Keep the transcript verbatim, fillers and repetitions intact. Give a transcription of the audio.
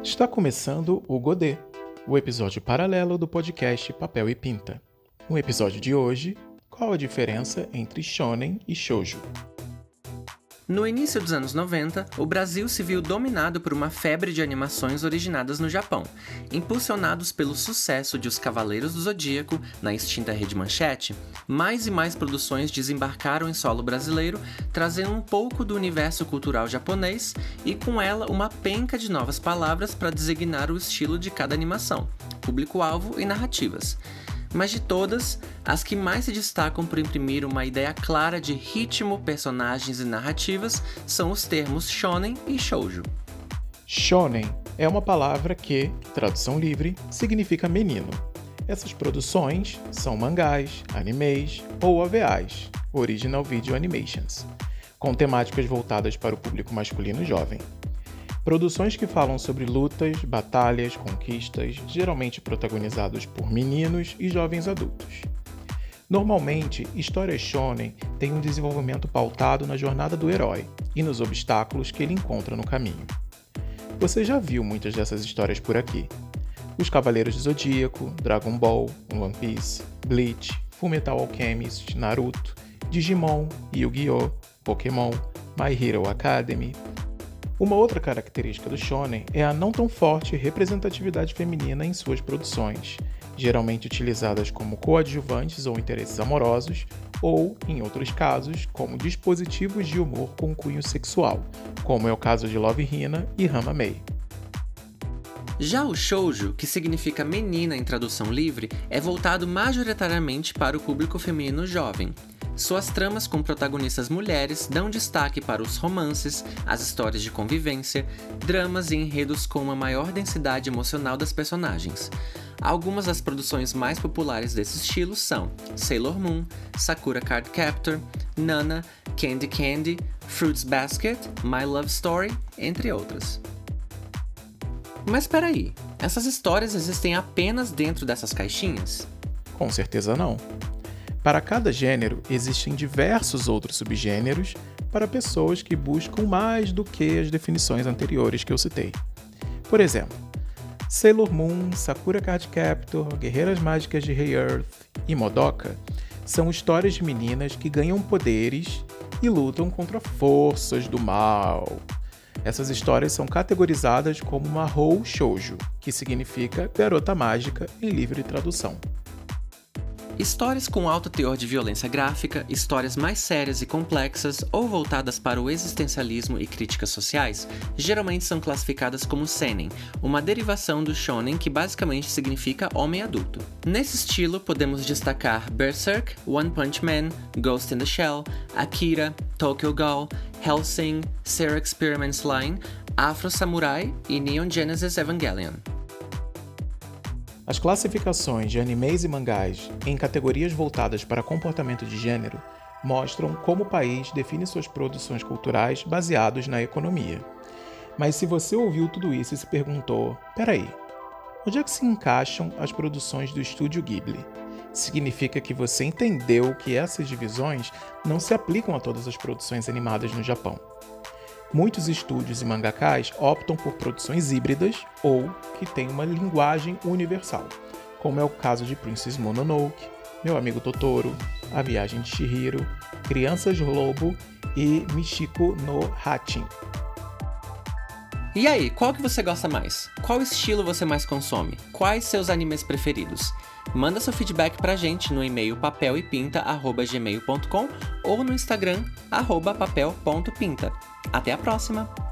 Está começando o Godê, o episódio paralelo do podcast Papel e Pinta. No episódio de hoje, qual a diferença entre shonen e shoujo? No início dos anos noventa, o Brasil se viu dominado por uma febre de animações originadas no Japão, impulsionados pelo sucesso de Os Cavaleiros do Zodíaco na extinta Rede Manchete. Mais e mais produções desembarcaram em solo brasileiro, trazendo um pouco do universo cultural japonês e com ela uma penca de novas palavras para designar o estilo de cada animação, público-alvo e narrativas. Mas de todas, as que mais se destacam por imprimir uma ideia clara de ritmo, personagens e narrativas são os termos shonen e shoujo. Shonen é uma palavra que, tradução livre, significa menino. Essas produções são mangás, animes ou O V As, Original Video Animations, com temáticas voltadas para o público masculino jovem. Produções que falam sobre lutas, batalhas, conquistas, geralmente protagonizados por meninos e jovens adultos. Normalmente, histórias shonen têm um desenvolvimento pautado na jornada do herói e nos obstáculos que ele encontra no caminho. Você já viu muitas dessas histórias por aqui. Os Cavaleiros do Zodíaco, Dragon Ball, One Piece, Bleach, Fullmetal Alchemist, Naruto, Digimon, Yu-Gi-Oh!, Pokémon, My Hero Academy. Uma outra característica do shonen é a não tão forte representatividade feminina em suas produções, geralmente utilizadas como coadjuvantes ou interesses amorosos, ou, em outros casos, como dispositivos de humor com cunho sexual, como é o caso de Love Hina e Rama Mei. Já o shoujo, que significa menina em tradução livre, é voltado majoritariamente para o público feminino jovem. Suas tramas com protagonistas mulheres dão destaque para os romances, as histórias de convivência, dramas e enredos com uma maior densidade emocional das personagens. Algumas das produções mais populares desse estilo são Sailor Moon, Sakura Card Captor, Nana, Candy Candy, Fruits Basket, My Love Story, entre outras. Mas peraí, essas histórias existem apenas dentro dessas caixinhas? Com certeza não. Para cada gênero, existem diversos outros subgêneros para pessoas que buscam mais do que as definições anteriores que eu citei. Por exemplo, Sailor Moon, Sakura Card Captor, Guerreiras Mágicas de Rei Earth e Madoka são histórias de meninas que ganham poderes e lutam contra forças do mal. Essas histórias são categorizadas como Mahou Shoujo, que significa garota mágica em livre tradução. Histórias com alto teor de violência gráfica, histórias mais sérias e complexas ou voltadas para o existencialismo e críticas sociais, geralmente são classificadas como seinen, uma derivação do shonen que basicamente significa homem adulto. Nesse estilo, podemos destacar Berserk, One Punch Man, Ghost in the Shell, Akira, Tokyo Ghoul, Hellsing, Sarah Experiments Line, Afro Samurai e Neon Genesis Evangelion. As classificações de animes e mangás em categorias voltadas para comportamento de gênero mostram como o país define suas produções culturais baseados na economia. Mas se você ouviu tudo isso e se perguntou, peraí, onde é que se encaixam as produções do Estúdio Ghibli? Significa que você entendeu que essas divisões não se aplicam a todas as produções animadas no Japão. Muitos estúdios e mangakás optam por produções híbridas ou que têm uma linguagem universal, como é o caso de Princess Mononoke, Meu Amigo Totoro, A Viagem de Chihiro, Crianças Lobo e Michiko no Hatchin. E aí, qual que você gosta mais? Qual estilo você mais consome? Quais seus animes preferidos? Manda seu feedback pra gente no e-mail papel e pinta arroba gmail ponto com ou no Instagram arroba papel ponto pinta. Até a próxima!